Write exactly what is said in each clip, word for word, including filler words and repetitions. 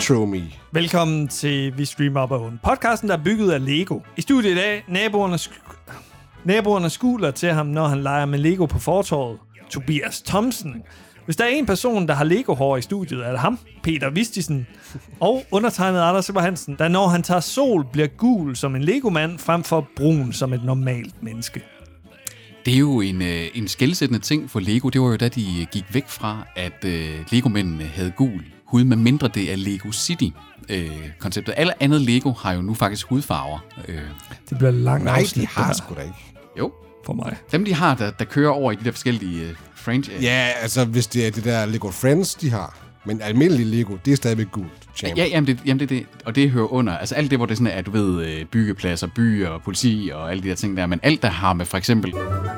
Intro me. Velkommen til Vi Streamer Op ad Hunden. Podcasten, der er bygget af Lego. I studiet i dag, naboerne, sk- naboerne skuler til ham, når han leger med Lego på fortorvet. Tobias Thomsen. Hvis der er en person, der har Lego-hår i studiet, er det ham, Peter Vistisen. Og undertegnet Anders Silber Hansen, der når han tager sol, bliver gul som en Lego-mand, frem for brun som et normalt menneske. Det er jo en, øh, en skelsættende ting for Lego. Det var jo da de gik væk fra, at øh, Lego-mændene havde gul hud, med mindre det er Lego City-konceptet. Øh, Alle andet Lego har jo nu faktisk hudfarver. Øh. Det bliver langt. Nej, de har sgu da ikke. Jo. For mig. Dem, de har, der, der kører over i de der forskellige øh, franchise. Ja, altså hvis det er det der Lego Friends, de har. Men almindelig Lego, det er stadigvæk gult. Ja, jamen det, jamen det, det, og det hører under. Altså alt det, hvor det sådan er, du ved, byggepladser, byer og politi og alle de der ting der. Men alt, der har med for eksempel...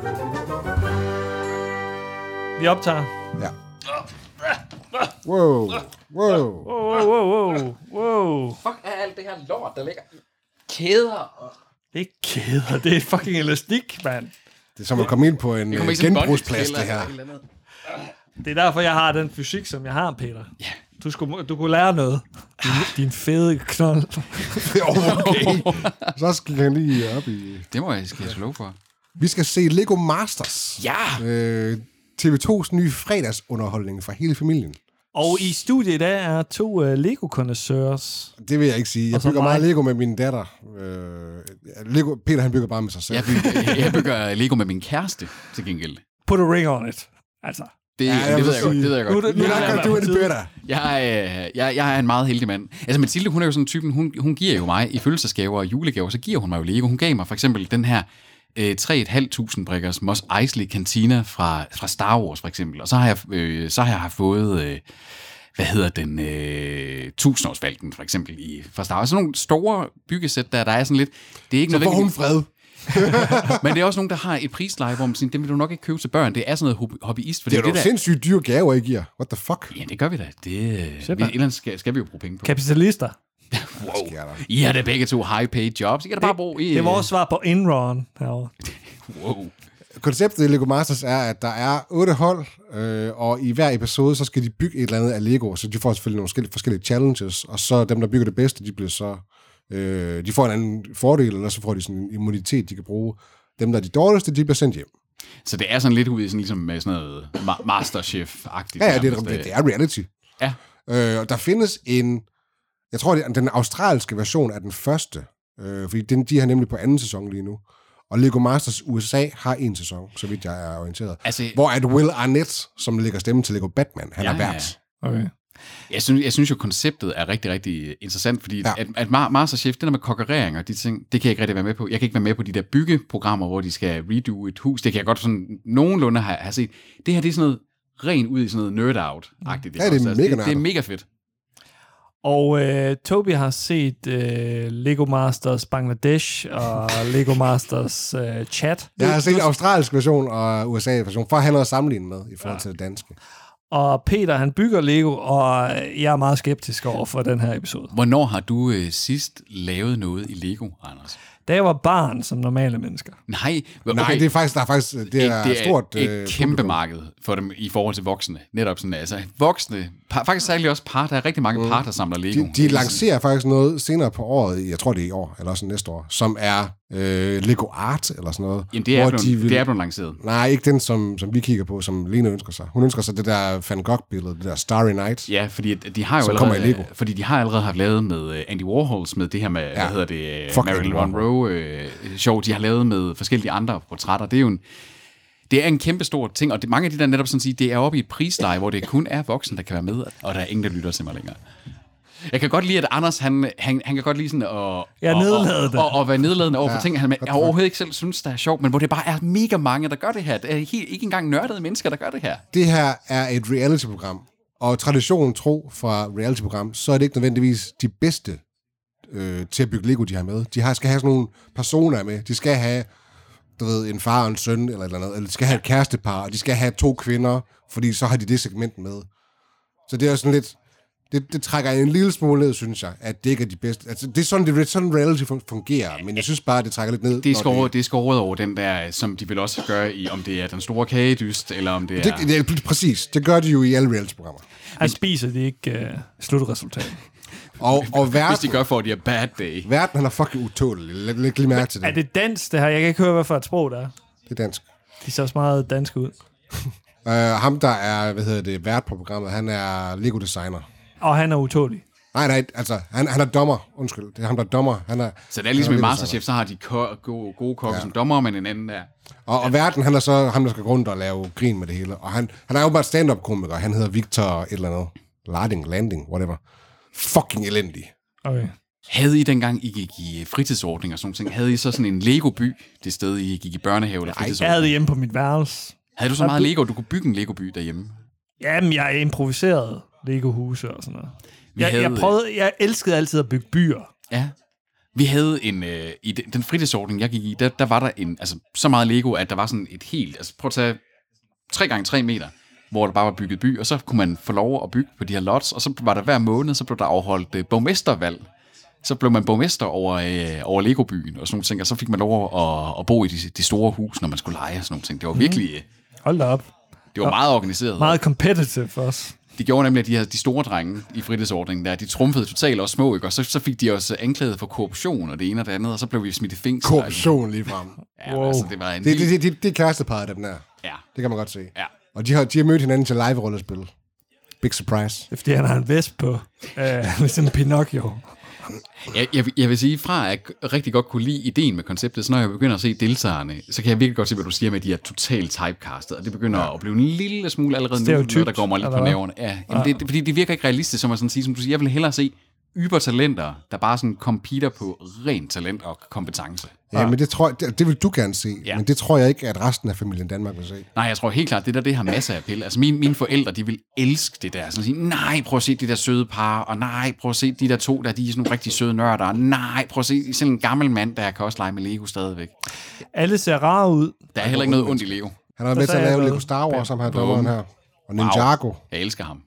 Vi optager. Ja. Wow. Wow. Wow, wow, wow, wow. Fuck er alt det her lort, der ligger kæder og... Det er ikke kæder, det er fucking elastik, mand. Det er som at komme ind på en genbrugsplads, det her. Det er derfor, jeg har den fysik, som jeg har, Peter. Ja. Du, skulle, du kunne lære noget. Din, din fede knold. Okay. Så skal jeg lige op i... Det må jeg skal slå for. Vi skal se Lego Masters. Ja! Øh, T V to's nye fredagsunderholdning for hele familien. Og i studiet i dag er to uh, Lego-kondensørs. Det vil jeg ikke sige. Jeg bygger meget Lego med min datter. Øh, Lego, Peter, han bygger bare med sig selv. Jeg bygger, jeg bygger Lego med min kæreste, til gengæld. Put a ring on it. Altså... Det, ja, det, ved jeg godt, det ved jeg godt. Nu, nu, nu, jeg, du er det bedre. Jeg, jeg, jeg er en meget heldig mand. Altså Mathilde, hun er jo sådan en typen, hun, hun giver jo mig i følelsesgaver og julegaver, så giver hun mig jo Lego. Hun gav mig for eksempel den her øh, tre tusind fem hundrede brikkers Mos Eisley Cantina fra, fra Star Wars for eksempel. Og så har jeg, øh, så har jeg fået, øh, hvad hedder den, øh, tusindårsfalken for eksempel i, fra Star Wars. Sådan nogle store byggesæt, der, der er sådan lidt... Det er ikke så får hun fred. Men det er også nogen, der har et prisleje, hvor man siger, dem vil du nok ikke købe til børn. Det er sådan noget hobbyist. Det er jo det sindssygt dyre gaver, I giver. What the fuck? Ja, det gør vi da. Det vi, ellers skal, skal vi jo bruge penge på. Kapitalister. Wow. I har da begge to high-paid jobs. I kan da bare bruge i... Det er vores svar på Enron herovre. Wow. Konceptet i Lego Masters er, at der er otte hold, øh, og i hver episode, så skal de bygge et eller andet af Lego, så de får selvfølgelig nogle forskellige, forskellige challenges, og så dem, der bygger det bedste, de bliver så... Øh, de får en anden fordel, eller så får de sådan en immunitet, de kan bruge. Dem, der er de dårligste, de bliver sendt hjem. Så det er sådan lidt ud i sådan, ligesom med sådan noget ma- Masterchef-agtigt. Ja, ja, det er, det er reality. Ja. Øh, og der findes en... Jeg tror, det er den australske version af den første, øh, fordi den, de har nemlig på anden sæson lige nu. Og Lego Masters U S A har en sæson, så vidt jeg er orienteret. Altså, hvor at Will Arnett, som lægger stemme til Lego Batman, han ja, er vært. Ja. Okay. Jeg synes, jeg synes jo, konceptet er rigtig, rigtig interessant, fordi ja. at, at Masterchef, det der med kokkerering og de ting, det kan jeg ikke rigtig være med på. Jeg kan ikke være med på de der byggeprogrammer, hvor de skal redo et hus. Det kan jeg godt sådan nogenlunde have, have set. Det her, det er sådan noget ren ud i sådan noget nerd-out-agtigt. Ja, det er, altså, mega det, det er mega fedt. Og øh, Toby har set øh, Lego Masters Bangladesh og Lego Masters øh, Chat. Jeg har set den australske version og U S A-version, for at have noget at sammenligne med i forhold ja. til det danske. Og Peter, han bygger Lego, og jeg er meget skeptisk over for den her episode. Hvornår har du øh, sidst lavet noget i Lego, Anders? Da jeg var barn, som normale mennesker. Nej, okay. Nej, det er faktisk, der er faktisk det er, det er stort et øh, kæmpe publikum. marked for dem i forhold til voksne. Netop sådan, altså voksne, par, faktisk særligt også par, der er rigtig mange mm. par, der samler Lego. De, de lancerer faktisk noget senere på året, jeg tror det er i år, eller også næste år, som er øh, Lego Art, eller sådan noget. Jamen, det er, blevet, de vil... det er blevet lanceret. Nej, ikke den, som, som vi kigger på, som Lene ønsker sig. Hun ønsker sig det der Van Gogh-billede, det der Starry Night. Ja, fordi de har jo som allerede, kommer i Lego. fordi de har allerede haft lavet med Andy Warhols, med det her med, ja. hvad hedder det, Fuck Marilyn Monroe øh, show, de har lavet med forskellige andre portrætter. Det er jo en, det er en kæmpe stor ting, og det, mange af de der netop sådan sige, det er oppe i et prisleje, hvor det kun er voksen, der kan være med, og der er ingen, der lytter til mig længere. Jeg kan godt lide, at Anders, han, han, han kan godt lide sådan at, jeg er nedladende. Og, og, og være nedladende over for ja, ting, han jeg overhovedet ikke selv synes, der er sjovt, men hvor det bare er mega mange, der gør det her. Det er helt, ikke engang nørdede mennesker, der gør det her. Det her er et reality-program, og traditionen tro fra reality-program, så er det ikke nødvendigvis de bedste øh, til at bygge Lego, de har med. De har, skal have sådan nogle personer med. De skal have, du ved, en far og en søn, eller et eller andet. Eller de skal have et kærestepar, og de skal have to kvinder, fordi så har de det segment med. Så det er sådan lidt... Det, det trækker en lille smule ned, synes jeg, at det ikke er de bedste. Altså, det er sådan, det, sådan reality fungerer, men jeg synes bare, at det trækker lidt ned. Det er skåret, det er skåret over den der, som de vil også gøre i, om det er den store kagedyst, eller om det er... Det, det er præcis. Det gør de jo i alle reality-programmer. Han spiser det ikke uh, slutresultatet. Og, og verden, Hvis de gør for, at de er bad day. verden, han er fucking utålelig. Læg, læg lige mærke til det. Er det dansk, det her? Jeg kan ikke høre, hvad for et sprog det er. Det er dansk. De ser også meget dansk ud. Uh, ham, der er, hvad hedder det, vært på programmet, han er Lego-designer. Og han er utålig. Nej, nej, altså, han, han er dommer. Undskyld, det er ham, der er dommer. Han er, Så det er ligesom i Lego-designer. Masterchef, så har de ko- gode, gode kokke Ja. som dommer, men en anden der. Og, og verden, han er så ham, der skal gå rundt og lave grin med det hele. Og han, han er jo bare stand-up-komiker. Han hedder Victor et eller andet. Larding, Landing, whatever. Fucking elendig. Okay. Havde I dengang, I gik i fritidsordning og sådan ting, havde I så sådan en Lego-by, det sted, I gik i børnehave eller Jeg fritidsordning? havde det hjemme på mit værelse. Havde du så meget Lego, du kunne bygge en Lego-by derhjemme? Jamen, jeg improviserede Lego-huse og sådan noget. Vi Jeg, havde- jeg, prøvede, jeg elskede altid at bygge byer. Ja. Vi havde en, øh, i den, den fritidsordning, jeg gik i, der, der var der en, altså så meget Lego, at der var sådan et helt, altså prøv at tage tre gange tre meter, hvor der bare var bygget by, og så kunne man få lov at bygge på de her lots, og så var der hver måned, så blev der afholdt øh, borgmestervalg. Så blev man borgmester over, øh, over Lego-byen og sådan nogle ting, og så fik man lov at, at bo i de, de store hus, når man skulle lege og sådan nogle ting. Det var virkelig, øh, Hold da op. det var meget organiseret. Meget competitive også. De gjorde nemlig, at de, her, de store drenge i fritidsordningen der, de trumfede totalt også små, ikke? Og så, så fik de også anklaget for korruption og det ene og det andet, og så blev vi smidt i fængsel. Korruption lige frem. Ja, Wow. altså, det var en Det, vild... det, det, det, det er kæresteparret, den der. Ja, Det kan man godt se. ja. Og de har, de har mødt hinanden til live-rollespil. Big surprise. Det er fordi, han har en vest på. Øh, med sådan en Pinocchio. Jeg, jeg, jeg vil sige, fra at jeg rigtig godt kunne lide ideen med konceptet, så når jeg begynder at se deltagerne, så kan jeg virkelig godt se, hvad du siger med, at de er totalt typecastet, og det begynder ja. at blive en lille smule allerede nu, Stereotypt, noget, der går mig lidt på eller hvad? nerverne. Ja, jamen det, det, fordi det virker ikke realistisk, som at sådan sige, som du siger, jeg vil hellere se ybertalenter, der bare sådan competer på rent talent og kompetence. Ja, men det, tror jeg, det, det vil du gerne se. Ja. Men det tror jeg ikke, at resten af familien Danmark vil se. Nej, jeg tror helt klart, det der, det har masser af appel. Altså mine, mine forældre, de vil elske det der. Sådan at sige, nej, prøv at se de der søde par, og nej, prøv at se de der to, der de er sådan nogle rigtig søde nørder, og nej, prøv at se selv en gammel mand, der kan også lege med Lego stadigvæk. Alle ser rare ud. Der er heller ikke noget ondt i Lego. Han har været Så med til at sagde jeg lave noget. Lego Star Wars, som her Boom. dommeren her. Og Ninjago. Jeg elsker ham.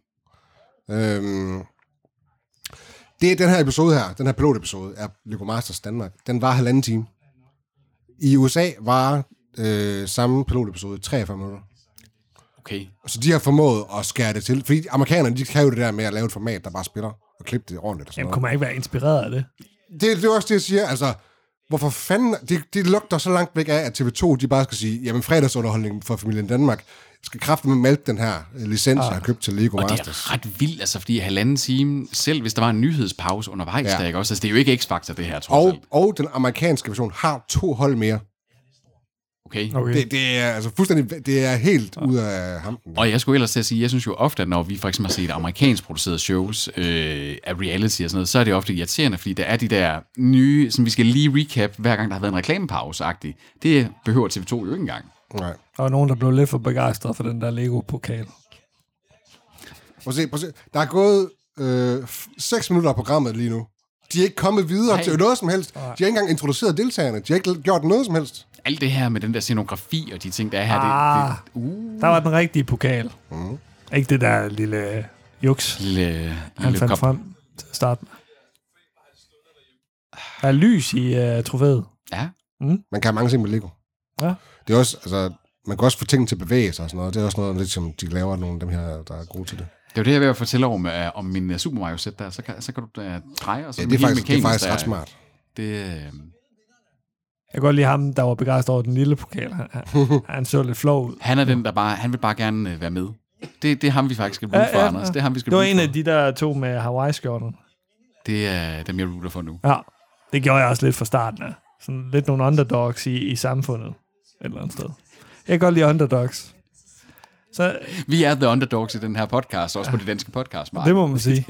Øhm, det er den her episode her, den her pilotepisode af Lego Masters Danmark. Den var halvanden time. I U S A var øh, samme pilotepisode treogfyrre minutter. Okay. Så de har formået at skære det til. Fordi amerikanerne, de kan jo det der med at lave et format, der bare spiller og klippe det ordentligt. Og sådan Jamen, noget. kunne man ikke være inspireret af det? Det, det er også det, jeg siger. Altså, hvorfor fanden... Det, det lugter så langt væk af, at T V to, de bare skal sige, jamen fredagsunderholdning for familien Danmark skal kraftigt med mælke den her øh, licens, ah. jeg har købt til Lego Og det Masters. er ret vildt, altså fordi halvanden time, selv hvis der var en nyhedspause undervejs, Ja. der ikke også, altså det er jo ikke X-Factor det her, trods alt. Og, og den amerikanske version har to hold mere. Okay. Okay. Det, det er altså fuldstændig... Det er helt ud af hampen. Og jeg skulle ellers til at sige, jeg synes jo ofte, at når vi for eksempel har set amerikansk producerede shows øh, af reality og sådan noget, så er det ofte irriterende, fordi der er de der nye, som vi skal lige recap, hver gang der har været en reklamepause-agtig. Det behøver T V to jo ikke engang. Nej. Der var nogen, der blev lidt for begejstret for den der Lego-pokal. Prøv at se, prøv at se. Der er gået øh, f- seks minutter af programmet lige nu. De er ikke kommet videre Nej. til noget som helst. De har ikke engang introduceret deltagerne. De har ikke gjort noget som helst. Alt det her med den der scenografi og de ting, der er her, Ah. det, det uh, Der var den rigtige pokal. Mm. Ikke det der lille juks, lille, han lille fandt kop. frem til at starte med. Der er lys i uh, trofæet. Ja. Man kan have mange ting med Lego. Ja. Det er også, altså, man kan også få ting til at bevæge sig og sådan noget. Det er også noget, lidt som de laver nogle af dem her, der er gode til det. Det er jo det, jeg vil fortælle om, uh, om min uh, Super Mario-sæt der. Så kan, så kan du uh, dreje, og så Ja, er det er helt faktisk, det er mekanisk, faktisk der- ret smart. Det, uh, Jeg kan godt lide ham, der var begejstret over den lille pokal. Han, han, han så lidt flov ud. han er den, der bare, han vil bare gerne uh, være med. Det, det er ham, vi faktisk skal root for, Anders. Det er ham, vi skal Det var root en for. af de der to med Hawaii-skjorten. Det er dem, jeg rooter for nu. Ja, det gjorde jeg også lidt fra starten af. Sådan lidt nogle underdogs i, i samfundet. Et eller andet sted. Jeg kan godt lide underdogs. Så Vi er the underdogs i den her podcast, også på det danske podcastmarked. det må man sige.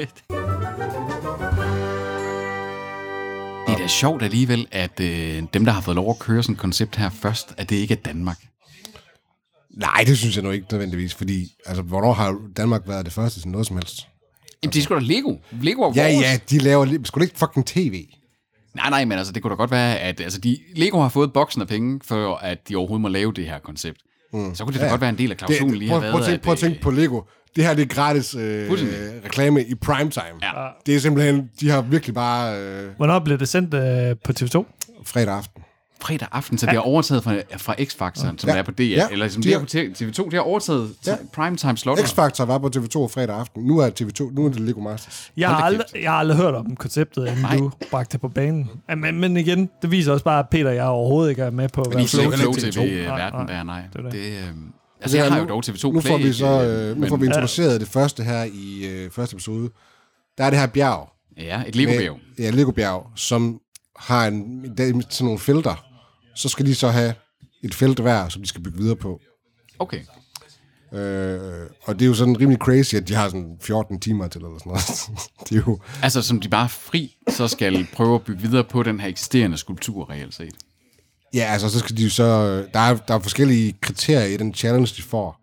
Det er da sjovt alligevel, at øh, dem, der har fået lov at køre sådan et koncept her først, at det ikke er Danmark. Nej, det synes jeg nu ikke nødvendigvis, fordi altså, hvornår har Danmark været det første til noget som helst? Jamen, det er sgu da Lego. Lego er Ja, vores. ja, de laver li- sgu da ikke fucking tv. Nej, nej, men altså, det kunne da godt være, at altså, de, Lego har fået boksen af penge, for at de overhovedet må lave det her koncept. Mm. Så kunne det da Ja. godt være en del af Det, klausulen lige prøv, har prøv, været, at tænke, prøv at tænke på Lego. Det her det er gratis øh, Fuldstændig. reklame i primetime. Ja. Det er simpelthen, de har virkelig bare øh, Hvornår blev det sendt øh, på T V to? fredag aften. fredag aften, så ja. det er overtaget fra, fra X-Factor, som ja. er på D R, ja. eller som de det er på T V to, det er overtaget ja. primetime slot. X-Factor var på T V to fredag aften. Nu er T V to, nu er det Lego Masters. Jeg har, aldrig, jeg har aldrig hørt om konceptet, inden Nej. du bragte det på banen. Men, men igen, det viser også bare, at Peter og jeg overhovedet ikke er med på. Men I er ikke Flow T V-verden der, nej. Det, det. det øh, altså, jeg har jo dog T V to nu får vi så øh, nu får vi introduceret ja. det første her i øh, første episode. Der er det her bjerg. Ja, et Lego-bjerg. Ja, et Lego-bjerg, som har en, sådan nogle felter. Så skal de så have et felt hver, som de skal bygge videre på. Okay. Øh, og det er jo sådan rimelig crazy, at de har sådan fjorten timer til, eller sådan noget. Det er jo... Altså, som de bare fri, så skal prøve at bygge videre på den her eksisterende skulptur, reelt set. Ja, altså, så skal de jo så... Der er, der er forskellige kriterier i den challenge, de får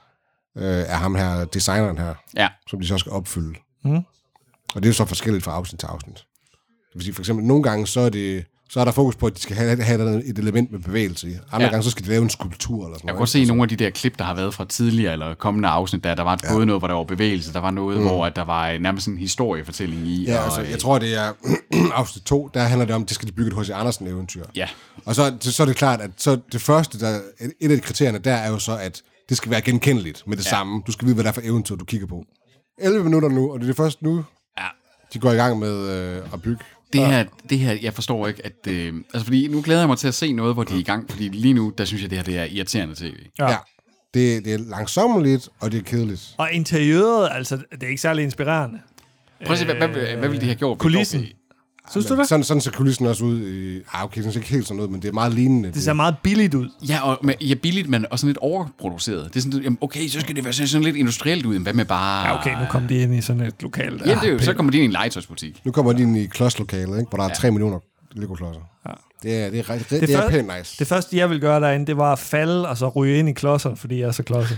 øh, af ham her, designeren her, ja. som de så skal opfylde. Mm. Og det er jo så forskelligt fra afsnit til afsnit. Det vil sige, for eksempel, nogle gange, så er det... Så er der fokus på, at de skal have, have et element med bevægelse i. Andre ja. gange, så skal de lave en skulptur. Eller sådan jeg kan godt se nogle af de der klip, der har været fra tidligere eller kommende afsnit, der, der var ja. både noget, hvor der var bevægelse, der var noget, mm. hvor at der var nærmest en historiefortælling i. Ja, og, altså, jeg tror, det er afsnit to, der handler det om, at det skal de bygge et H C Andersen-eventyr. Ja. Og så, så er det klart, at så det første, der, et af de kriterierne der, er jo så, at det skal være genkendeligt med det ja. samme. Du skal vide, hvad det er for eventyr, du kigger på. elleve minutter nu, og det er det første nu, ja. de går i gang med øh, at bygge. Det her, det her, jeg forstår ikke, at... Øh, altså, fordi nu glæder jeg mig til at se noget, hvor de er i gang, fordi lige nu, der synes jeg, det her det er irriterende tv. Ja, ja. Det, det er langsommeligt, og det er kedeligt. Og interiøret, altså, det er ikke særlig inspirerende. Prøv at se, hvad, hvad, hvad ville de have gjort? Kulissen. Okay. Synes du det? Sådan, sådan ser kulissen også ud. I, ah, okay, den ser ikke helt sådan ud, men det er meget lignende. Det ser meget billigt ud. Ja, og, ja billigt, men også sådan lidt overproduceret. Det er sådan, jamen, okay, så skal det være sådan lidt industrielt ud, hvad med bare... Ja, okay, nu kommer de ind i sådan et lokal. Ja, det er jo, så kommer de ind i en legetøjsbutik. Nu kommer de ind i klodslokalet, ikke, hvor der er tre ja. millioner Lego-klodser. Ja. Det er, det er, det, det, det er pænt nice. Det første, jeg vil gøre derinde, det var at falde og så ryge ind i klodser, fordi jeg er så klodset.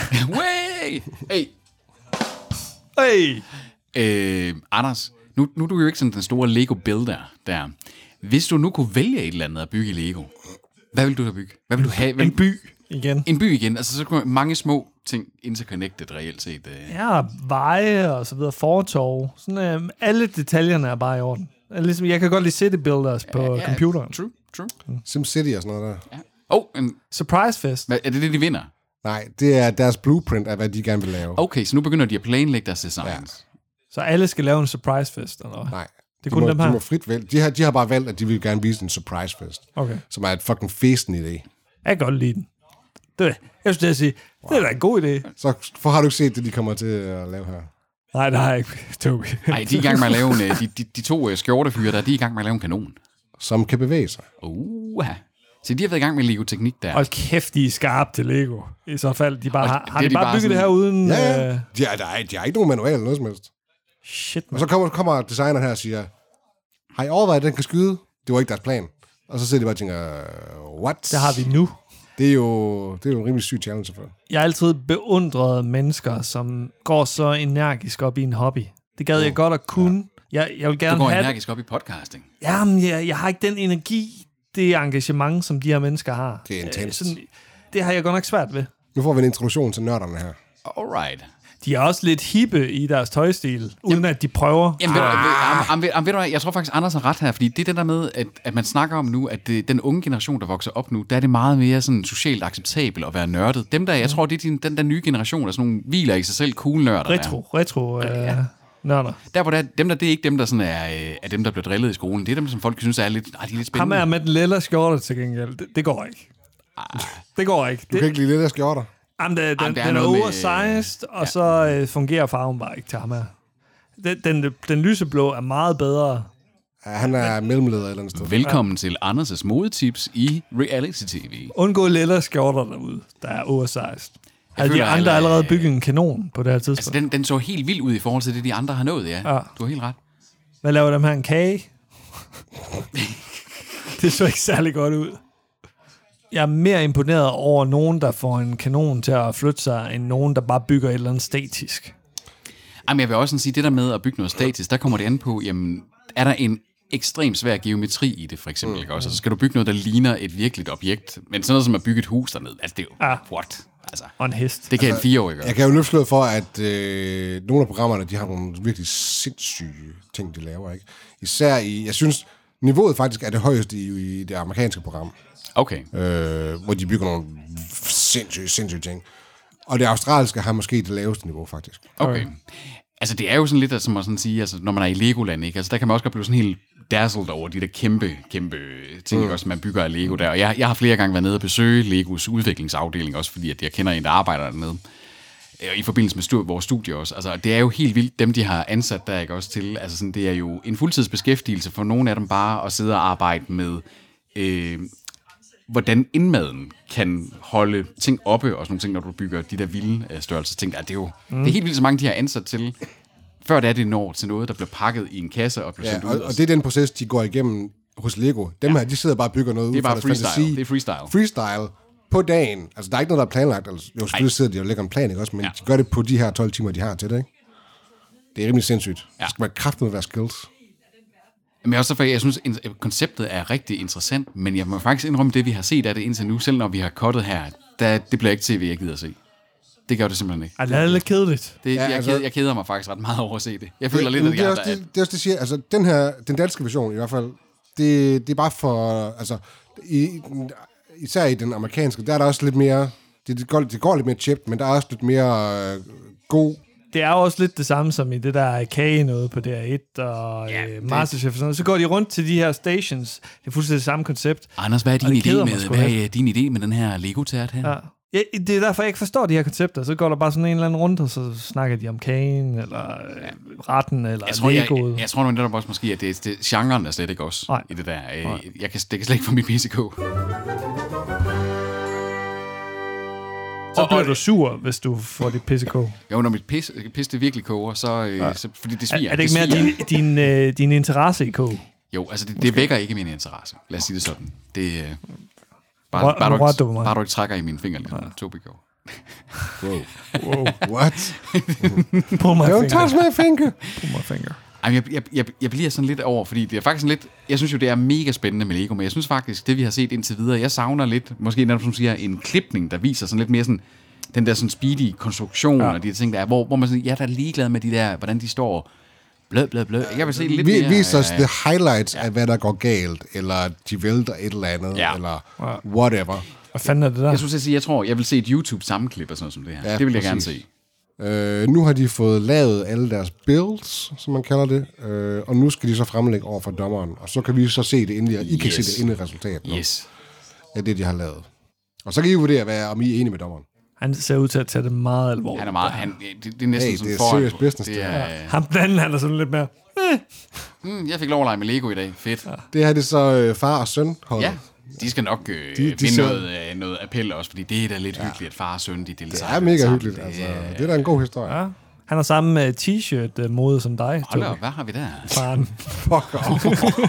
Way! Hey! Hey! Øh, Anders, nu, nu er du jo ikke sådan den store Lego-builder der. Hvis du nu kunne vælge et eller andet at bygge i Lego, hvad vil du da bygge? Hvad vil du have? Hvad... En by igen. En by igen. Altså så kunne mange små ting interconnected reelt set. Øh. Ja, veje og så videre, fortov. Sådan, øh, alle detaljerne er bare i orden. Ligesom, jeg kan godt lide city builders på ja, ja, computeren. True, true. Mm. SimCity og sådan noget der. Ja. Oh, en... Surprise Fest. Hvad, er det det, de vinder? Nej, det er deres blueprint af, hvad de gerne vil lave. Okay, så nu begynder de at planlægge deres designs. Ja. Så alle skal lave en surprise fest, eller? Nej. Det er kun må, dem her? De må frit vælge. De har, de har bare valgt, at de vil gerne vise en surprise fest. Okay. Som er et fucking festen idé. Jeg kan godt lide den. Det, jeg skulle sige, wow. Det er da en god idé. Så for har du ikke set det, de kommer til at lave her? Nej, det har jeg ikke, Toby. Nej, de er i gang med at lave en, de, de, de to skjortefyre der, de er i gang med at lave en kanon. Som kan bevæge sig. Uh, så de har været i gang med Lego-teknik der. Hold kæft, de er skarpe til Lego. I så fald, de bare, har, har de, de bare bare bygget sådan, det her uden... Ja, ja. De, er, der er, de har ikke nogen manual eller noget som helst. Shit, man. Og så kommer, kommer designeren her og siger, har I overvejet, at den kan skyde? Det var ikke deres plan. Og så sidder de bare og tænker, what? Det har vi nu. Det er jo, det er jo en rimelig syg challenge for. Jeg har altid beundret mennesker, som går så energisk op i en hobby. Det gad oh. jeg godt at kunne. Ja. Jeg, jeg vil gerne du går have energisk op i podcasting. Jamen, jeg, jeg har ikke den energi, det engagement, som de her mennesker har. Det er intenst. Sådan, det har jeg godt nok svært ved. Nu får vi en introduktion til nørderne her. Alright. De er også lidt hippe i deres tøjstil, uden jamen, at de prøver. Jamen, ah. ved, ved, ved, ved, ved, jeg tror faktisk, Anders har ret her, fordi det er det der med, at, at man snakker om nu, at det, den unge generation, der vokser op nu, der er det meget mere sådan socialt acceptabelt at være nørdet. Dem der, jeg tror, det er din, den der nye generation, der sådan nogle hviler i sig selv cool nørder. Retro, der. retro øh, ja. nørder. Der hvor der, dem der, det er ikke dem, der sådan er, er dem, der bliver drillet i skolen. Det er dem, som folk synes er lidt, nej, de er lidt spændende. Ham er med den lille skjorte til gengæld. Det, det går ikke. Ah. Det går ikke. Du det, kan ikke lide lille skjorter. Jamen, det, den, Jamen, den er oversized, med, og ja. så øh, fungerer farven bare ikke til ham her. Den, den, den lyseblå er meget bedre. Ja, han er mellemleder et eller andet sted. Velkommen ja. til Anders' modetips i Reality T V. Undgå lille skjorter derude, der er oversized. Har de andre allerede bygget en kanon på det her tidspunkt? Altså, den, den så helt vild ud i forhold til det, de andre har nået, ja. ja. Du har helt ret. Hvad laver dem her? En kage? Det så ikke særlig godt ud. Jeg er mere imponeret over nogen, der får en kanon til at flytte sig, end nogen, der bare bygger et eller andet statisk. Jamen, jeg vil også sige, det der med at bygge noget statisk, der kommer det an på, jamen, er der en ekstremt svær geometri i det, for eksempel, mm. ikke også? Så skal du bygge noget, der ligner et virkeligt objekt, men sådan noget som at bygge et hus dernede, altså det er jo, ah. what? Altså, og en hest. Det kan altså, en fireårig gøre. Jeg kan jo løfte for, at øh, nogle af programmerne, de har nogle virkelig sindssyge ting, de laver, ikke? Især i, jeg synes, niveauet faktisk er det højeste i, i det amerikanske program. Okay. Øh, hvor de bygger nogle sindssyge, sindssyge ting. Og det australske har måske det laveste niveau, faktisk. Okay. Altså, det er jo sådan lidt, som man sådan sige, altså, når man er i Legoland, ikke? Altså, der kan man også godt blive sådan helt dazzled over de der kæmpe, kæmpe ting, mm. også, man bygger af Lego der. Og jeg, jeg har flere gange været nede og besøge Legos udviklingsafdeling, også fordi at jeg kender en, der arbejder dernede. I forbindelse med stu- vores studie også. Altså, det er jo helt vildt, dem de har ansat der, ikke også til. Altså, sådan, det er jo en fuldtidsbeskæftigelse for nogle af dem bare at sidde og arbejde med, øh, hvordan indmaden kan holde ting oppe, og sådan nogle ting, når du bygger de der vilde øh, størrelser. Ting, det er jo mm. det er helt vildt, så mange de har ansat til, før det er det når til noget, der bliver pakket i en kasse og bliver ja, sendt og, ud. og det er den proces, de går igennem hos Lego. Dem ja. her, de sidder bare og bygger noget det er ud fra bare freestyle. fantasi. Det er freestyle. Freestyle på dagen. Altså, der er ikke noget, der er planlagt. Altså, jo, selvfølgelig Ej. sidder de og lægger en plan, ikke også? Men ja. de gør det på de her tolv timer, de har til det, ikke? Det er rimelig sindssygt. Ja. Det skal være kraftigt at være skills. Men også for, jeg synes, at konceptet er rigtig interessant, men jeg må faktisk indrømme, det vi har set af det indtil nu, selv når vi har cuttet her, der, det bliver ikke tv, jeg gider at se. Det gør det simpelthen ikke. Ej, det er lidt kedeligt. Det, ja, jeg, altså, keder, jeg keder mig faktisk ret meget over at se det. Jeg føler det, lidt, at det, jeg er også, det, det er også det, siger. Altså, den her, den danske version i hvert fald, det, det er bare for, altså, i, især i den amerikanske, der er der også lidt mere, det, det, går, det går lidt mere chipped, men der er også lidt mere øh, god. Det er jo også lidt det samme som i det der kage noget på D R et og ja, øh, Masterchef og sådan noget. Så går de rundt til de her stations. Det er fuldstændig det samme koncept. Anders, hvad er din, det idé med, hvad er din idé med den her Lego-tært her? Ja. Ja, det er derfor, jeg ikke forstår de her koncepter. Så går der bare sådan en eller anden rundt, og så snakker de om kagen, eller ja. retten, eller jeg tror, Legoet. Jeg, jeg, jeg tror netop også måske, at det, det, genren er slet ikke også Nej. i det der. Nej. Jeg kan, det kan slet ikke få mit P C K. Så bliver du sur, hvis du får dit P C K. Jo, når mit pis, pis det virkelig koger, så, ja. så fordi det sviger. Er, er det ikke det mere din, din, øh, din interesse i kog? Jo, altså det, det vækker ikke min interesse. Lad os sige det sådan. Det øh, bare, What, bare, du ikke, bare du ikke trækker i mine fingre, ligesom ja. Tobi går. Wow. Wow. What? Pull my Don't touch my finger. Pull my finger. Ej, jeg, jeg, jeg, jeg bliver sådan lidt over, fordi det er faktisk sådan lidt, jeg synes jo, det er mega spændende med Lego, men jeg synes faktisk, det vi har set indtil videre, jeg savner lidt, måske netop som siger, en klipning, der viser sådan lidt mere sådan, den der sådan speedy konstruktion, ja. og de ting, der er, hvor, hvor man sådan, jeg er da ligeglad med de der, hvordan de står blød, blød, blød. Jeg vil se lidt Vi, mere... Vis os øh, the highlights ja. af, hvad der går galt, eller de vælter et eller andet, ja. eller whatever. Hvad fanden er det der? Jeg synes, jeg, sige, jeg tror, jeg vil se et YouTube-sammenklip og sådan noget som det her. Ja, det vil jeg præcis. gerne se. Øh, nu har de fået lavet alle deres builds, som man kalder det, øh, og nu skal de så fremlægge over for dommeren, og så kan vi så se det endelig, I kan yes. se det endelig resultat nu, yes. af det, de har lavet. Og så kan I vurdere, hvad, om I er enige med dommeren. Han ser ud til at tage det meget alvorligt. Han er meget, han, det, det er næsten hey, sådan det er foran. serious business, det er. Ja. Ham den anden, han er sådan lidt mere... Eh. Mm, jeg fik lov at lege med Lego i dag. Fedt. Ja. Det her det er så øh, far og søn holdet. Ja. De skal nok øh, de, de vinde så... noget, øh, noget appel også, fordi det er da lidt ja. hyggeligt, at far og søn, de deltager. Det er mega sammen. hyggeligt, altså. Det er da en god historie. Ja. Han har samme uh, t-shirt-mode som dig. Hold da, hvad har vi der? Faren. Fuck off.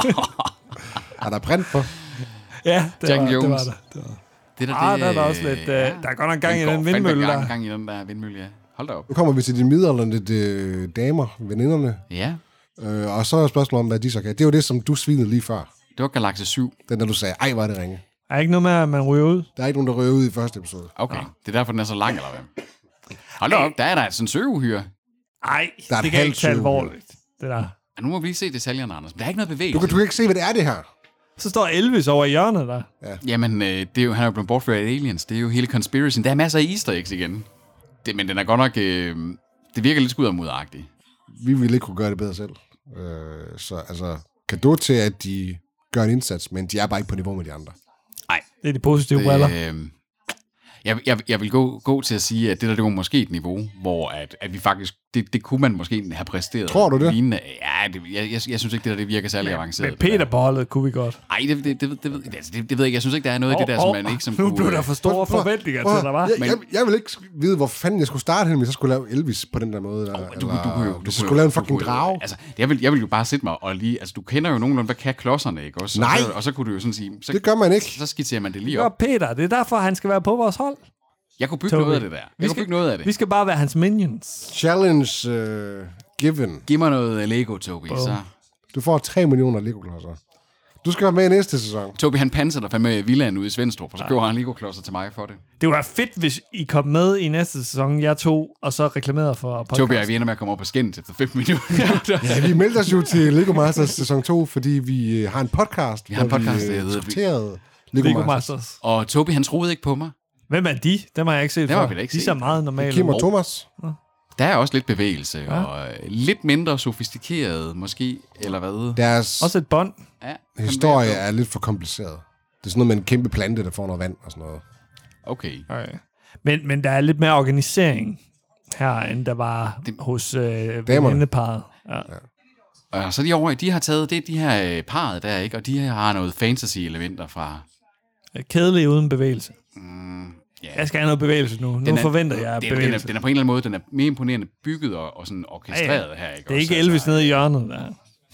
Er der print på? Ja, det, Jack var, Jones. det var der. Det var. Det der, ah, det, der er der også lidt... Uh, ja, der er godt nok gang i den vindmølle der. Der er gang i den der vindmølle, ja. Hold da op. Nu kommer vi til de midaldrende de damer, veninderne. Ja. Øh, og så er spørgsmålet om, hvad de så kan. Det er jo det, som du svinede lige før. Det var Galaxy syv. Den der du sagde, ej, var det ringe. Er ikke noget med, at man ryger ud? Der er ikke nogen, der ryger ud i første episode. Okay, ja. Det er derfor, den er så lang, eller hvad? Hold da op, der er der sådan en søgeuhyre. Ej, det kan ikke tage alvorligt. Det der. Ja, nu må vi lige se detaljerne, Anders. Men der er ikke noget bevægelse. Du kan, du kan ikke se, hvad det er, det her. Så står Elvis over i hjørnet der. Ja. Jamen, øh, det er jo, han er jo blevet bortført af aliens. Det er jo hele conspiracy. Der er masser af easter eggs igen. Det, men den er godt nok... Øh, det virker lidt skuddermudagtigt. Vi ville ikke kunne gøre det bedre selv. Øh, så altså, kado til, at de gør en indsats, men de er bare ikke på niveau med de andre. Nej, det er de positive briller. Øh, jeg, jeg, jeg vil gå, gå til at sige, at det der, det var måske et niveau, hvor at, at vi faktisk, det, det kunne man måske have præsteret. Tror du det? Lignende. Ja, det, jeg, jeg, jeg synes ikke, det der det virker særlig men, avanceret. Men Peter på holdet kunne vi godt. Nej, det, det, det, det, det, det, det ved jeg ikke. Jeg synes ikke, der er noget oh, i det der, oh, som man ikke som nu kunne... blev der for store forventninger til dig, var. Jeg, jeg, jeg vil ikke vide, hvor fanden jeg skulle starte hen, hvis jeg skulle lave Elvis på den der måde. Der, oh, du, eller, du, du, du, du, hvis jeg skulle lave en fucking drage. Altså, jeg vil, jeg vil jo bare sætte mig og lige... Altså, du kender jo nogenlunde, hvad kan klodserne, ikke også? Nej! Og så, og så kunne du jo sådan sige... Så, det gør man ikke. Så skitserer man det lige op. Det Peter, det er derfor, han skal være på vores hold. Jeg kunne bygge Toby. noget af det der. Jeg vi kunne bygge noget af det. Vi skal bare være hans minions. Challenge uh, given. Giv mig noget Lego, Toby, så... Du får tre millioner Lego-klodser. Du skal være med i næste sæson. Tobi, han panser der fandme villaen ude i Svendstrup, og så køber han Lego-klodser til mig for det. Det var fedt, hvis I kom med i næste sæson, jeg to, og så reklamerede for podcast. Tobi, jeg vi ender med at komme op på skændet efter fem minutter. Ja, vi meldte os jo til Lego Masters sæson to, fordi vi har en podcast, Vi har en podcast, hvor vi der hedder diskuterede Lego, Lego Masters. Masters. Og Tobi, han troede ikke på mig. Hvem er de? Dem har jeg ikke set Dem har før. vi da ikke de set. ser meget normale. Kim og ud. Thomas. Der er også lidt bevægelse, Ja. og lidt mindre sofistikeret, måske, eller hvad? Deres Også et bånd. Ja, historie er lidt for kompliceret. Det er sådan noget med en kæmpe plante, der får noget vand og sådan noget. Okay. Okay. Men, men der er lidt mere organisering her, end der var det, hos øh, venneparret. Ja. Ja. Og så de over, de har taget det, de her øh, parret der, ikke? Og de har noget fantasy-elementer fra... Kedelig uden bevægelse. Mm, yeah. Jeg skal have noget bevægelse nu. Nu Den er- forventer jeg Den, den, er, bevægelse. den er på en eller anden måde, den er mere imponerende bygget og, og sådan orkestreret Ja, ja. her, ikke? Det er ikke Også, Elvis nede i hjørnet, der.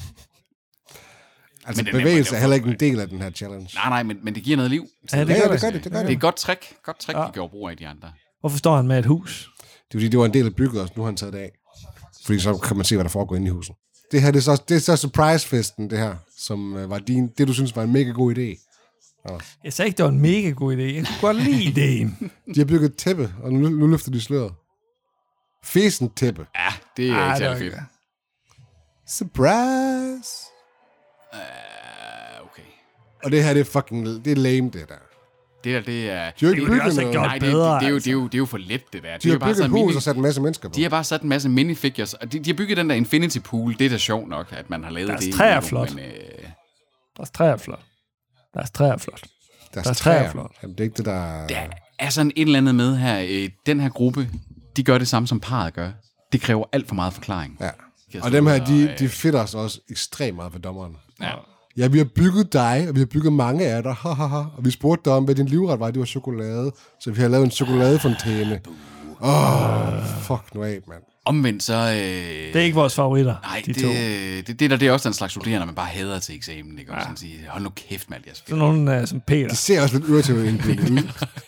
Altså, Men den er- bevægelse er den er- heller ikke en del af den her challenge. Nej, nej, men, men det giver noget liv. Ja, det Ja, gør ja, det. det gør det, det gør Det er det. et godt trick, godt trick, Ja. de gjorde brug af de andre. Hvorfor står han med et hus? Det er fordi, det var en del af bygget, og nu har han taget det af. Fordi så kan man se, hvad der foregår inde i huset. Det her, det er så, det er så surprise-festen, det her, som øh, var din, det, du synes var en mega god idé. Jeg sagde ikke, det var en mega god idé. Jeg kunne godt lide ideen. De har bygget et tæppe, og nu, nu løfter de sløret. Fesen tæppe. Ja, det er Ah, ikke det var særlig ikke fedt. Surprise! Uh, okay. Og det her, det er fucking, det er lame, det der. Det der, det er... De har ikke Det kunne de bygget også have noget. gjort Nej, det, det, bedre, det, er jo, altså. det, er jo, det er jo for let, det der. De Det er har jo bare bygget sådan et hus mini, og sat en masse mennesker på. de har bare sat en masse minifigures, og de, de har bygget den der Infinity Pool. Det er da sjovt nok, at man har lavet Deres det. i træ er Lego, flot. Men, øh, Deres træ er flot. Deres træ er flot. Deres deres træer er træer. flot. Jamen, det er ikke det, der... der er sådan et eller andet med her. Øh, den her gruppe, de gør det samme, som parret gør. Det kræver alt for meget forklaring. Ja. Jeg Og dem her, så, de, øh, de fitter os også ekstremt meget for dommeren. Ja. Ja, vi har bygget dig, og vi har bygget mange af dig, ha, ha, ha. Og vi spurgte dig om, hvad din livret var. Det var chokolade. Så vi har lavet en chokoladefontæne. Åh, oh, fuck nu af, mand. Omvendt så... Øh, Det er ikke vores favoritter, Nej, de det, to. det, det, det, der, det er også den slags studerende, man bare hader til eksamen. Ikke? Og sådan sige, hold nu kæft med alt jeres Sådan nogle uh, som Peter. Det ser også lidt irriterende ud.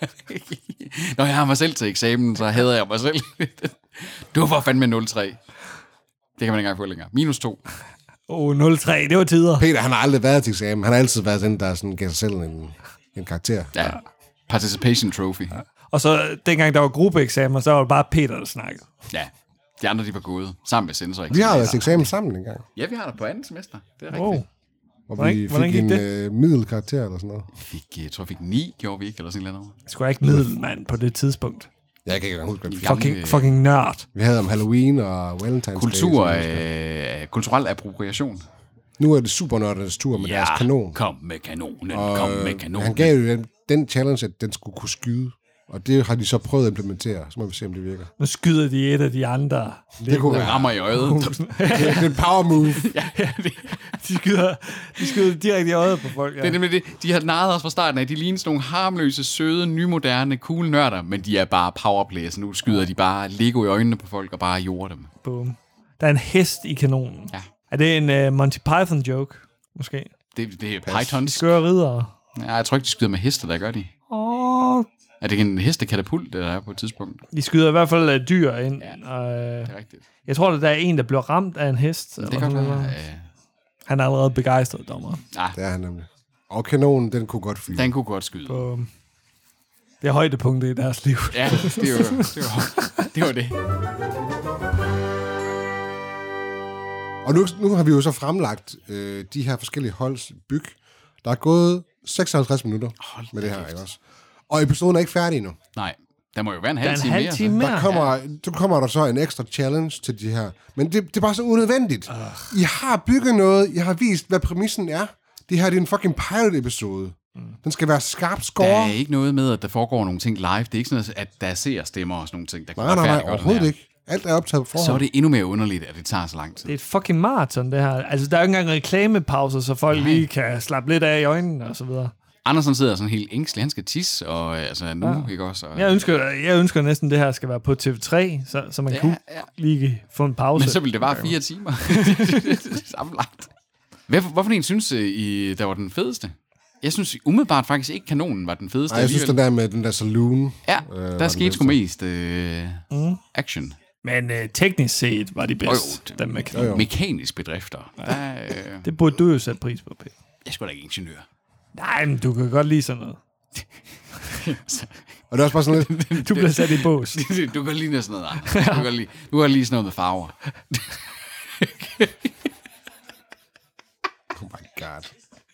Når jeg har mig selv til eksamen, så hader jeg mig selv. Du var fandme nul komma tre. Det kan man ikke engang få længere. Minus to. Åh, oh, nul tre, det var tider. Peter, han har aldrig været til eksamen. Han har altid været den, der sådan gav sig selv en, en karakter. Ja. Participation trophy. Ja. Og så dengang der var gruppeeksamener, så var det bare Peter, der snakkede. ja. De andre, de var gået sammen med sensor. Vi har været til eksamen sammen en gang. Ja, vi har det på andet semester. Det er rigtigt. Wow. Hvor Hvordan- vi hvordan fik gik en det? øh, middelkarakter eller sådan noget. Fik, jeg tror, vi fik ni, gjorde vi ikke, eller sådan noget. Skulle jeg ikke middelmand på det tidspunkt? Jeg kan ikke engang huske, hvad vi fik. Gamle- Fucking, fucking nørd. Vi havde om Halloween og Valentine's Kultur, Day. sådan noget. øh, kulturel appropriation. Nu er det supernørdernes tur med deres kanon. kom med kanonen, Og kom med kanonen. han gav jo den, den challenge, at den skulle kunne skyde. Og det har de så prøvet at implementere. Så må vi se, om det virker. Nu skyder de et af de andre. Det kunne Det rammer i øjet. det er en power move. ja, det, De skyder, de skyder direkte i øjet på folk. Ja. det er nemlig det. De har narret os fra starten af. De ligner sådan nogle harmløse, søde, nymoderne, cool nørder, men de er bare powerplayers. Nu skyder de bare Lego i øjnene på folk og bare jorder dem. Boom. Der er en hest i kanonen. Ja. Er det en uh, Monty Python joke? Måske. Det, det er De Pythons. skøre ridere. Ja, jeg tror ikke, de skyder med heste, der gør de. Åh, Er det ikke en hestekatapult, det der er på et tidspunkt? de skyder i hvert fald uh, dyr ind. Ja. Og, uh, Det er rigtigt. jeg tror, at der er en, der bliver ramt af en hest. Det eller kan sådan godt noget. være. Øh, Han er allerede begejstret, dommer. ah, Det er han nemlig. Og kanonen, den kunne godt fyre. den kunne godt skyde. Boom. Det er højdepunktet i deres liv. Ja, det er jo, det var det. Var det. Og nu, nu har vi jo så fremlagt øh, de her forskellige holds byg. Der er gået seksoghalvtreds minutter Hold med da det her, kæft. ikke også? Og episoden er ikke færdig endnu. Nej, der må jo være en Der halv er en time halv mere. time så. mere. Der kommer, så kommer der så en ekstra challenge til de her. Men det, det er bare så unødvendigt. Uh. I har bygget noget, I har vist, hvad præmissen er. Det her det er en fucking pilot-episode. Mm. Den skal være skarpt Der score. er ikke noget med, at der foregår nogle ting live. Det er ikke sådan, at der ser stemmer og sådan nogle ting, der kan Nej, nej, nej, retfærdiggøre den overhovedet her. ikke. Alt er optaget på forhånd. Så er det endnu mere underligt, at det tager så lang tid. Det er et fucking maraton, det her. Altså, der er jo ikke engang reklamepauser, så folk Nej. lige kan slappe lidt af i øjnene og så videre. Andersen sidder sådan helt ængstelig. Han skal tisse, og øh, altså nu, Ja. ja. ikke også? Og, Jeg ønsker, jeg ønsker næsten, det her skal være på T V tre, så, så man Ja, ja, kunne ja. lige få en pause. Men så ville det bare fire timer. Sammenlagt. Hvad, hvorfor en synes I, der var den fedeste? Jeg synes umiddelbart faktisk ikke, kanonen var den fedeste. Nej, jeg synes, den alligevel. der med den der saloon... Ja, øh, der var skete den sgu bedste. mest øh, Mm. action. Men øh, teknisk set var de bedst, Jo, jo. dem med Jo, kanon. jo. Mekaniske bedrifter. Der, øh, Det burde du jo sætte pris på, Peter. Jeg er sgu da ikke ingeniør. Nej, men du kan godt lide sådan noget. Og det er også bare sådan lidt... Du bliver sat i bås. Du kan godt lide sådan noget, Anders. Du kan godt lide, du kan godt lide sådan noget med farver. Oh my god.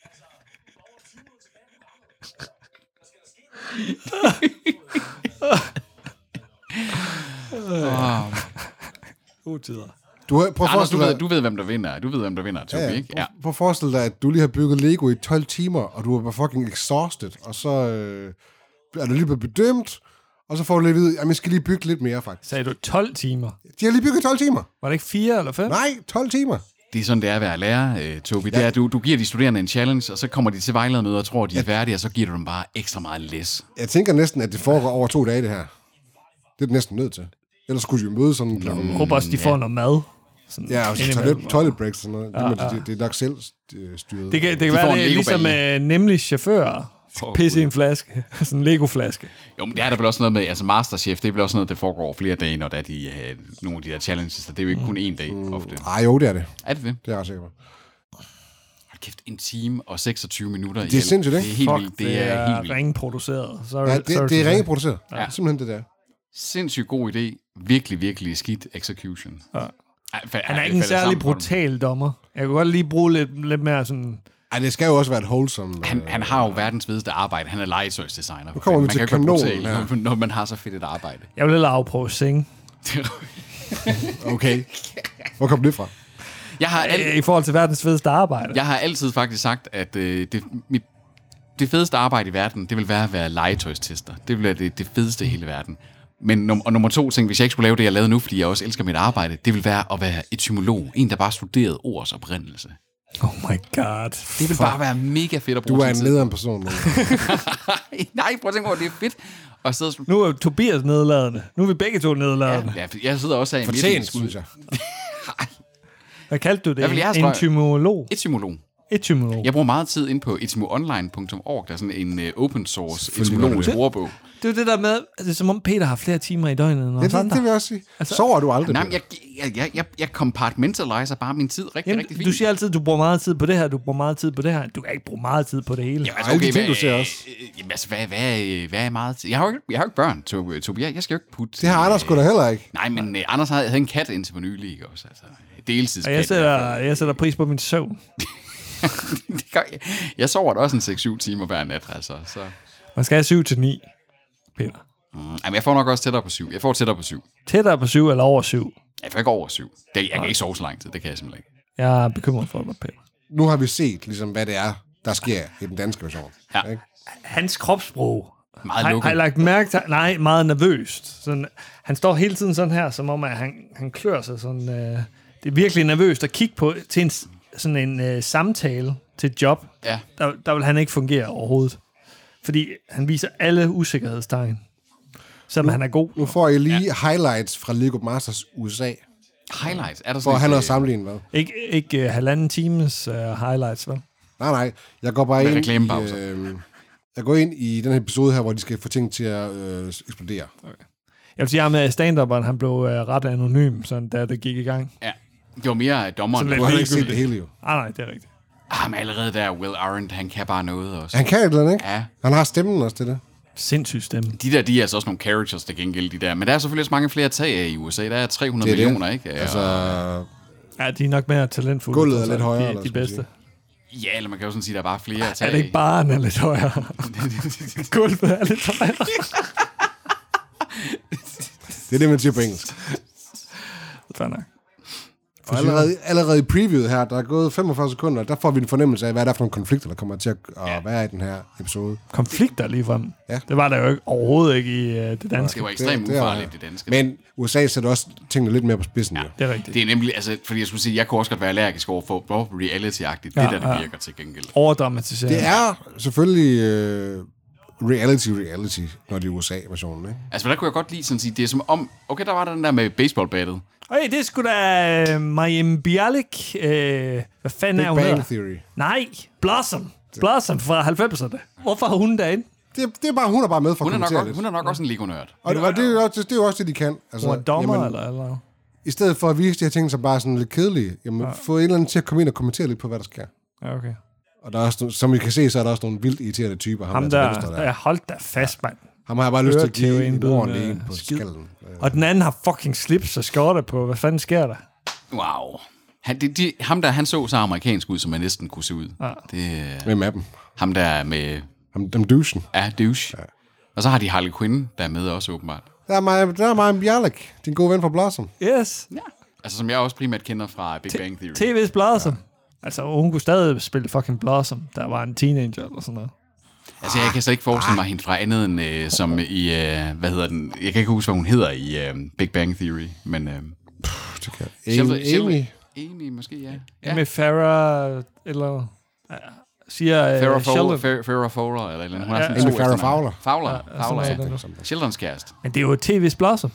oh. God tider. Du, har- prøv at Anders, du forestille ved, dig, du ved, hvem der vinder. Du ved, hvem der vinder, Tobi, ja, ja. ikke? Ja. Prøv, prøv at forestille dig, at du lige har bygget Lego i tolv timer, og du er bare fucking exhausted, og så øh, er du lige blevet bedømt, og så får du lige at vide, at jeg skal lige bygge lidt mere, faktisk. Sagde du tolv timer? De har lige bygget tolv timer. Var det ikke fire eller fem? Nej, tolv timer. Det er sådan, det er at være lærer, øh, Tobi. Det er, at du, du giver de studerende en challenge, og så kommer de til vejledermøder og tror, at de er færdige, og så giver du dem bare ekstra meget læs. Jeg tænker næsten, at det foregår over to dage, det her. Det er det næsten nødt til. Ellers skulle de jo møde sådan... Jeg Mm, håber også, de får noget mad. Sådan ja, og så indimellem. toilet, toilet breaks og sådan noget. Ja, Det, ja. det, det er nok selv øh, styret. Det kan, det kan De være, får en det er ligesom Lego-balle. uh, nemlig chauffør. Åh, Pisse i en flaske. Sådan en Lego-flaske. Jo, men det er der vel også noget med, altså Masterchef, det er vel også noget, der foregår over flere dage, når der er de, uh, nogle af de der challenges, så det er jo ikke kun én dag mm. ofte. Ej, jo, det er det. Er det det? Det er jeg ret sikker på. Hold kæft, en time og seksogtyve minutter. Det er sindssygt, ikke? Det er helt Fuck, vildt. Det er helt vildt. ringproduceret. Sorry, Ja, sorry det, to det er say. rent produceret. Ja. Ja. Simpelthen det der. Sindssygt god idé. Virkelig, virkelig skidt execution. Ja. Ej, fa- Han er ej, ikke en falder særlig sammen for dem. brutal dommer. Jeg kunne godt lige bruge lidt, lidt mere sådan... Ej, det skal jo også være et wholesome... Han, øh, han har jo verdens fedeste arbejde. Han er legetøjsdesigner. Nu kommer vi man til kan jo godt kanonen brutale, her. når, når man har så fedt et arbejde. Jeg vil hellere afprøve Sing. Okay. Hvor kom det fra? Jeg har, al- I forhold til verdens fedeste arbejde. jeg har altid faktisk sagt, at øh, det, mit, det fedeste arbejde i verden, det vil være at være legetøjstester. Det vil være det, det fedeste i hele verden. Men num- og nummer to ting, hvis jeg ikke skulle lave det, jeg lavede nu, fordi jeg også elsker mit arbejde, det vil være at være etymolog. En, der bare studerede ords oprindelse. Oh my god. Det vil bare være mega fedt at Du bruge er en sin tid. nederen person. Nu. Nej, prøv at tænke over, det er fedt. Og så, Nu er Tobias nedladende. Nu er vi begge to nedladende. ja, jeg sidder også her i midten. Fortjent, synes jeg. Hvad kaldte du det? Hvad vil jeg svare? Etymolog. Etymolog. Etymolog. Jeg bruger meget tid ind på etymoonline punktum org. Der er sådan en uh, open source Selvfølgelig etymologisk gør du ordbog. Det er jo det der med, det er som om Peter har flere timer i døgnet end os Det, det, andre. det vil jeg også sige. Altså, sover du aldrig? Nej, men jeg, jeg, jeg, jeg, jeg compartmentaliser bare min tid rigtig, Jamen, rigtig fint. du siger altid, du bruger meget tid på det her, du bruger meget tid på det her. Du kan ikke bruge meget tid på det hele. Jamen, Ej, alle de ting, hvad, du ser også. øh, Jamen, altså, hvad, hvad, hvad er meget tid? Jeg har jo ikke, jeg har jo ikke børn, Tobi. Tobi. Jeg, jeg skal jo ikke putte... Det har Anders sgu da heller ikke. Nej, men uh, Anders havde, havde en kat indtil for nylig, ikke også? Altså, deltidskat. Og jeg sætter, jeg sætter pris på min søvn. Det gør jeg. Jeg sover da også en seks syv timer hver nat, altså. Så. Man skal have syv til ni, Peter. Mm, jamen, jeg får nok også tættere på syv. Jeg får tættere på syv. Tættere på syv eller over syv. Jeg får ikke over syv. Det, jeg kan ikke sove så lang tid, det kan jeg simpelthen ikke. Jeg er bekymret for dig, Peter. Nu har vi set, ligesom, hvad det er, der sker i den danske version. Ja. Ikke? Hans kropssprog Meget har, lukket. har jeg lagt mærke til. Nej, meget nervøst. Sådan, han står hele tiden sådan her, som om at han, han klør sig sådan... Øh, det er virkelig nervøst at kigge på til en, sådan en øh, samtale til et job. Ja. Der, der vil han ikke fungere overhovedet. Fordi han viser alle usikkerhedstegn. Selvom han er god. Nu får I lige ja. highlights fra Lego Masters U S A. Highlights. Er der For sådan han et, har øh, sammenlignet hvad? Ikke, ikke uh, halvanden times uh, highlights, vel? Nej, nej. Jeg går bare Med ind i, reklamepauser. øh, jeg går ind i den her episode her, hvor de skal få ting til at øh, eksplodere. Jeg vil sige, at med stand-uperen, han blev uh, ret anonym, sådan, da det gik i gang. Ja. Det var mere dommeren. Så Du der- har ikke set ligegyldigt. det hele, jo. Ah, nej, det er rigtigt. Ah, men allerede der, Will Arndt, han kan bare noget også. Han kan et eller andet, ikke? Ja. Han har stemmen også til det. Sindssygt stemme. De der, de er altså også nogle characters, der gengæld de der. Men der er selvfølgelig også mange flere at tage af i U S A. Der er tre hundrede Det er det. millioner, ikke? Altså, Ja, de er nok mere talentfulde. Gulvet er altså, lidt højere, De, eller de skal man bedste. Ja, eller man kan jo sådan sige, at der er bare flere at tage Er det ikke bare, han er lidt højere? Gulvet er lidt højere. det er det, man siger på engelsk. Fair nok. Og allerede, allerede i previewet her, der er gået femogfyrre sekunder, der får vi en fornemmelse af, hvad der er for nogle konflikter, der kommer til at, at være i den her episode. Konflikter ligefrem. Ja. Det var der jo ikke, overhovedet ikke i uh, det danske. Det var ekstremt Det- det er- ufarligt, det danske. Men U S A sætter også tingene lidt mere på spidsen, ja. jo. Det er rigtigt. Det er nemlig, altså, fordi jeg skulle sige, jeg kunne også godt være allergisk over for hvor reality-agtigt. Det Ja, der, det ja. virker til gengæld. Overdramatiseret. Det er selvfølgelig øh, reality-reality, når det er U S A-versionen, ikke? Altså, der kunne jeg godt lide sådan at sige, det er som om, okay, der var den der med baseballbattet. Hey, det er sgu da uh, Mayim Bialik. Uh, hvad fanden Big er hun Bang hedder? Theory. Nej, Blossom. Blossom fra halvfemserne. Hvorfor er hun derinde? Det, det er bare, hun er bare med for Hun at er nok, kommentere også, lidt. hun er nok også en Lego-nørd. Og, og det, er jo også, det er jo også det, de kan. Altså, Hun er dommer, jamen, eller, eller? I stedet for at vise de her ting som bare sådan lidt kedelige, jamen, ja. få en eller anden til at komme ind og kommentere lidt på, hvad der sker. Ja, okay. Og der er også, som I kan se, så er der også nogle vildt irriterende typer. Ham, ham der, der, venstre, der. der holdt der fast, mand. Ham har jeg bare lyst til at give en en ordentlig en på skid. skallen. Og den anden har fucking slips og skjorte på. Hvad fanden sker der? Wow. Han, de, de, ham der, han så så amerikansk ud, som man næsten kunne se ud. Ja. Det, Hvem af dem? ham der med... Ham, dem douchen. Ja, douche. Ja. Og så har de Harley Quinn, der er med også åbenbart. Der er mig, der er mig Bjarlik, din gode ven fra Blossom. Yes. Ja. Altså, som jeg også primært kender fra Big Bang Theory. T V's Blossom. Ja. Altså, hun kunne stadig spille fucking Blossom, der var en teenager eller sådan noget. Altså, jeg kan så ikke forestille mig hende fra andet end, øh, som i, øh, hvad hedder den? Jeg kan ikke huske, hvad hun hedder i øh, Big Bang Theory, men... Øh, Puh, det kan jeg. Sheldon- Amy. Sheldon- Amy, måske, ja. Ja. Med Farrah, eller... Ja, siger Farrah uh, Fowler, Sheldon. Farrah- Farrah Fowler, eller, eller hun har Ja, sådan Amy to Farrah efternavne. Fowler. Fowler, Ja, Fowler, sådan ja. noget, det Sheldons kæreste. Men det er jo T V's Blossom.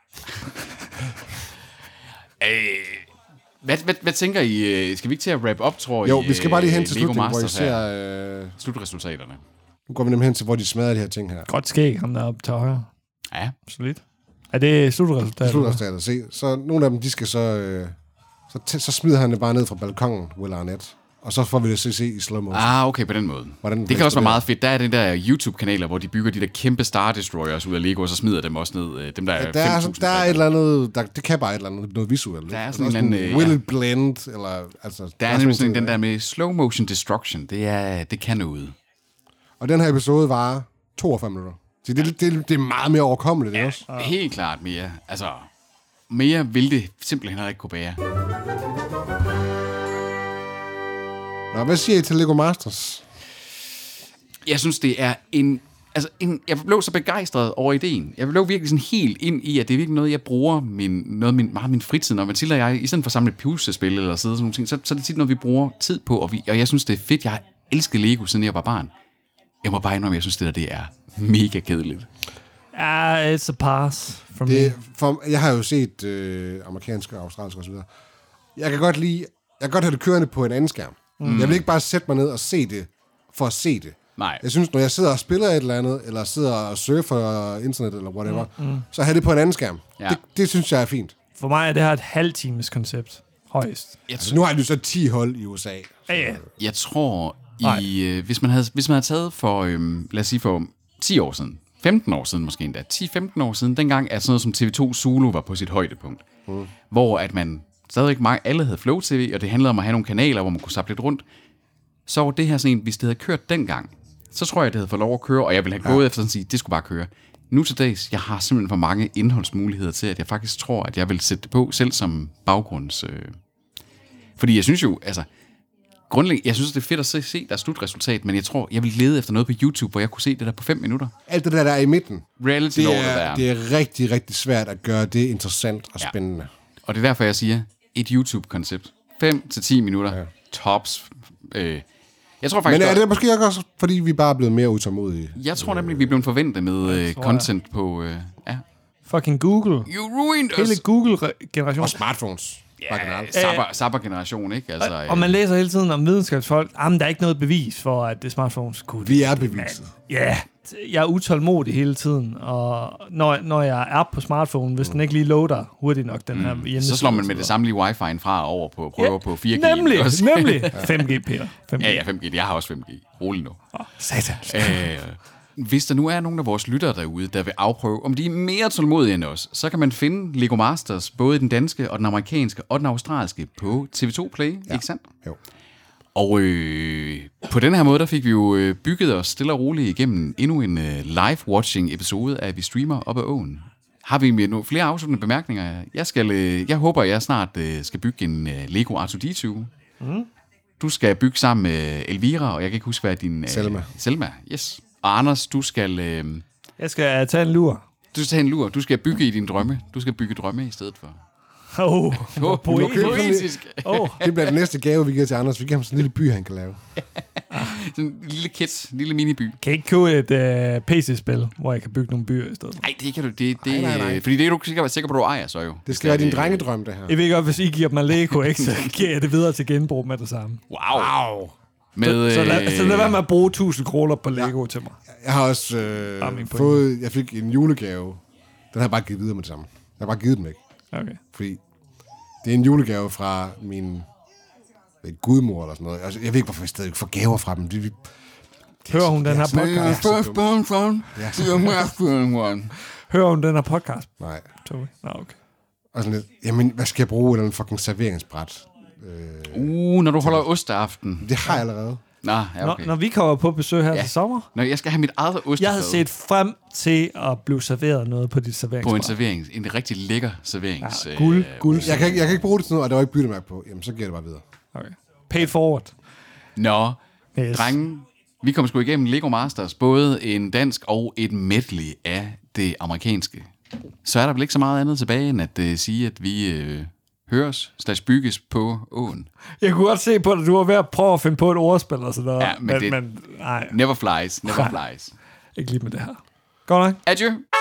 Øh, hvad, hvad, hvad tænker I? øh, Skal vi ikke til at wrap up, tror I? Jo, vi skal bare lige hen til øh, Lego slutningen, hvor I Masters her? ser... Øh, Slutresultaterne. nu går vi nemlig hen til, hvor de smadrer de her ting her. Godt skæg, ham der oppe til højre. Ja. Absolut. Er det slutresultatet? Slutresultatet. Se, så nogle af dem, de skal så... Øh, så, t- så smider han det bare ned fra balkongen, Will Arnett. Og så får vi det se, se i slow motion. Ah, okay, på den måde. Hvordan Det kan også være meget fedt. Der er den der YouTube-kanaler, hvor de bygger de der kæmpe Star Destroyers ud af Lego, og så smider dem også ned. øh, Dem der er Der er, fem altså, tusind der er et brikker. eller andet... Der, det kan bare et eller andet noget visuelt. Der er ikke? sådan Altså en også eller anden, Will øh, it blend? Eller, altså, Der er sådan nemlig sådan nogle den ting, der med slow motion destruction. Det, er, det kan noget. Og den her episode var toogfyrre minutter. Så det, det, det, det er meget mere overkommeligt, det også. Ja. Helt klart mere. Altså, mere vil det simpelthen heller ikke kunne bære. Nå, hvad siger I til Lego Masters? Jeg synes, det er en... Altså, en, jeg blev så begejstret over ideen. Jeg blev virkelig sådan helt ind i, at det er virkelig noget, jeg bruger min, noget min, meget af min fritid. Når Mathilde og jeg, i stedet for at samle puslespil eller sidde sådan nogle ting, så, så er det tit noget, vi bruger tid på. Og, vi, og jeg synes, det er fedt. Jeg har elsket Lego, siden jeg var barn. Jeg må bare indrømme, jeg synes, det der det er mega kedeligt. Ja, it's a pass from Det, me. for, jeg har jo set øh, amerikanske og australske osv. Jeg kan godt lide... Jeg kan godt have det kørende på en anden skærm. Mm. Jeg vil ikke bare sætte mig ned og se det, for at se det. Nej. Jeg synes, når jeg sidder og spiller et eller andet, eller sidder og surfer internet, eller whatever, mm. Mm. så have det på en anden skærm. Ja. Det, det synes jeg er fint. For mig er det her et halv times koncept. Højst. Jeg, Altså, nu har de jo så ti hold i U S A. Ja, ja. jeg tror, i, øh, hvis, man havde, hvis man havde taget for, øh, lad os sige for ti år siden, femten år siden måske endda, ti femten år siden, dengang at sådan noget som T V to Zulu var på sit højdepunkt. Mm. Hvor at man stadigvæk mange, alle havde Flow T V, og det handlede om at have nogle kanaler, hvor man kunne zappe lidt rundt. Så var det her sådan en, hvis det havde kørt dengang, så tror jeg, det havde fået lov at køre, og jeg ville have gået ja. efter sådan at sige, det skulle bare køre. Nu til dags, jeg har simpelthen for mange indholdsmuligheder til, at jeg faktisk tror, at jeg vil sætte det på selv som baggrunds... Øh. Fordi jeg synes jo, altså, grundlæggende, jeg synes, det er fedt at se, se deres slutresultat, men jeg tror, jeg vil lede efter noget på YouTube, hvor jeg kunne se det der på fem minutter. Alt det der, der er i midten, Reality det lortet er, der. det er rigtig, rigtig svært at gøre det interessant og Ja. spændende. Og det er derfor, jeg siger, et YouTube-koncept. fem til ti minutter. Ja. Tops. Øh. Jeg tror faktisk, Men er godt- det måske også, fordi vi bare er blevet mere utålmodige? jeg tror nemlig, vi er blevet forventet med øh, tror content på... Øh, ja. Fucking Google. You ruined us! Hele Google-generation. Og smartphones. bare generelt. Sabber, sabber generation, ikke? Altså, Og, og man læser hele tiden om videnskabsfolk. Jamen, der er ikke noget bevis for, at det smartphones kunne. Vi er beviset. Ja, jeg er utålmodig hele tiden. Og når, når jeg er på smartphone, hvis den ikke lige loader hurtigt nok, den her hjemmeside. så slår man med det samme lige wifi'en fra over på prøver Ja, på fire G. Nemlig, også. nemlig. fem G, Peter. fem G. Ja, ja, fem G. Jeg har også fem G. Rolig nu. Oh, satan. Øh, hvis der nu er nogen af vores lyttere derude, der vil afprøve, om de er mere tålmodige end os, så kan man finde Lego Masters, både den danske og den amerikanske og den australske, på T V to Play, ja. Ikke sandt? Jo. Og øh, på den her måde, der fik vi jo øh, bygget os stille og roligt igennem endnu en øh, live-watching episode af Vi Streamer op ad åen. Har vi med nogle flere afsluttende bemærkninger? Jeg, skal, øh, jeg håber, jeg snart øh, skal bygge en øh, Lego R to D to. Mm. Du skal bygge sammen med Elvira, og jeg kan ikke huske, hvad er din... Øh, Selma. Selma, yes. Og Anders, du skal... Øh, Jeg skal tage en lur. du skal tage en lur. Du skal bygge i dine drømme. Du skal bygge drømme i stedet for. Åh, oh, hvor poetisk. Poetisk. Oh. Det bliver den næste gave, vi giver til Anders. Vi giver ham sådan en lille by, han kan lave. Sådan en lille kit, en lille miniby. Kan I ikke købe et uh, P C-spil, hvor jeg kan bygge nogle byer i stedet? Nej, det kan du... Det, det, Nej, nej, nej. Fordi det er du sikker, sikker på, at du ejer så jo. Det skal være din drengedrøm, det her. Jeg ved godt, hvis I giver mig Lego, ikke, så giver jeg det videre til genbrug med det samme. Wow. wow. Med, Så lad, øh, så lad være med at bruge tusind kroner på Lego ja. til mig. Jeg har også Bare min øh, pointe. fået... Jeg fik en julegave. Den har jeg bare givet videre med det samme. Jeg har bare givet den væk. Okay. Fordi det er en julegave fra min et gudmor eller sådan noget. Altså, jeg ved ikke, hvorfor vi stadig får gaver fra dem. De, vi, Hører hun den her podcast? Hører hun den her podcast? Nej. Nå, okay. Og sådan lidt, jamen, hvad skal jeg bruge den fucking serveringsbræt? Øh, uh, når du holder osteaften. Det har jeg allerede. Nå, ja, okay. når, når vi kommer på besøg her ja. til sommer. Når jeg skal have mit eget ostefad. Jeg havde set frem til at blive serveret noget på dit serveringsbræt. På en servering. En rigtig lækker serverings... Ja, guld, guld. Jeg kan, ikke, jeg kan ikke bruge det til noget, og der var ikke byttemærke på. Jamen, så giver det bare videre. Okay. Pay forward. Nå, yes. drenge, vi kommer sgu igennem Lego Masters, både en dansk og et medley af det amerikanske. Så er der vel ikke så meget andet tilbage, end at uh, sige, at vi uh, høres, slags bygges på åen. Jeg kunne godt se på dig, du var ved at prøve at finde på et ordspil og sådan noget. Ja, men, men, det, men nej. Never flies, never flies. Ikke lige med det her. Godt nok. Adieu.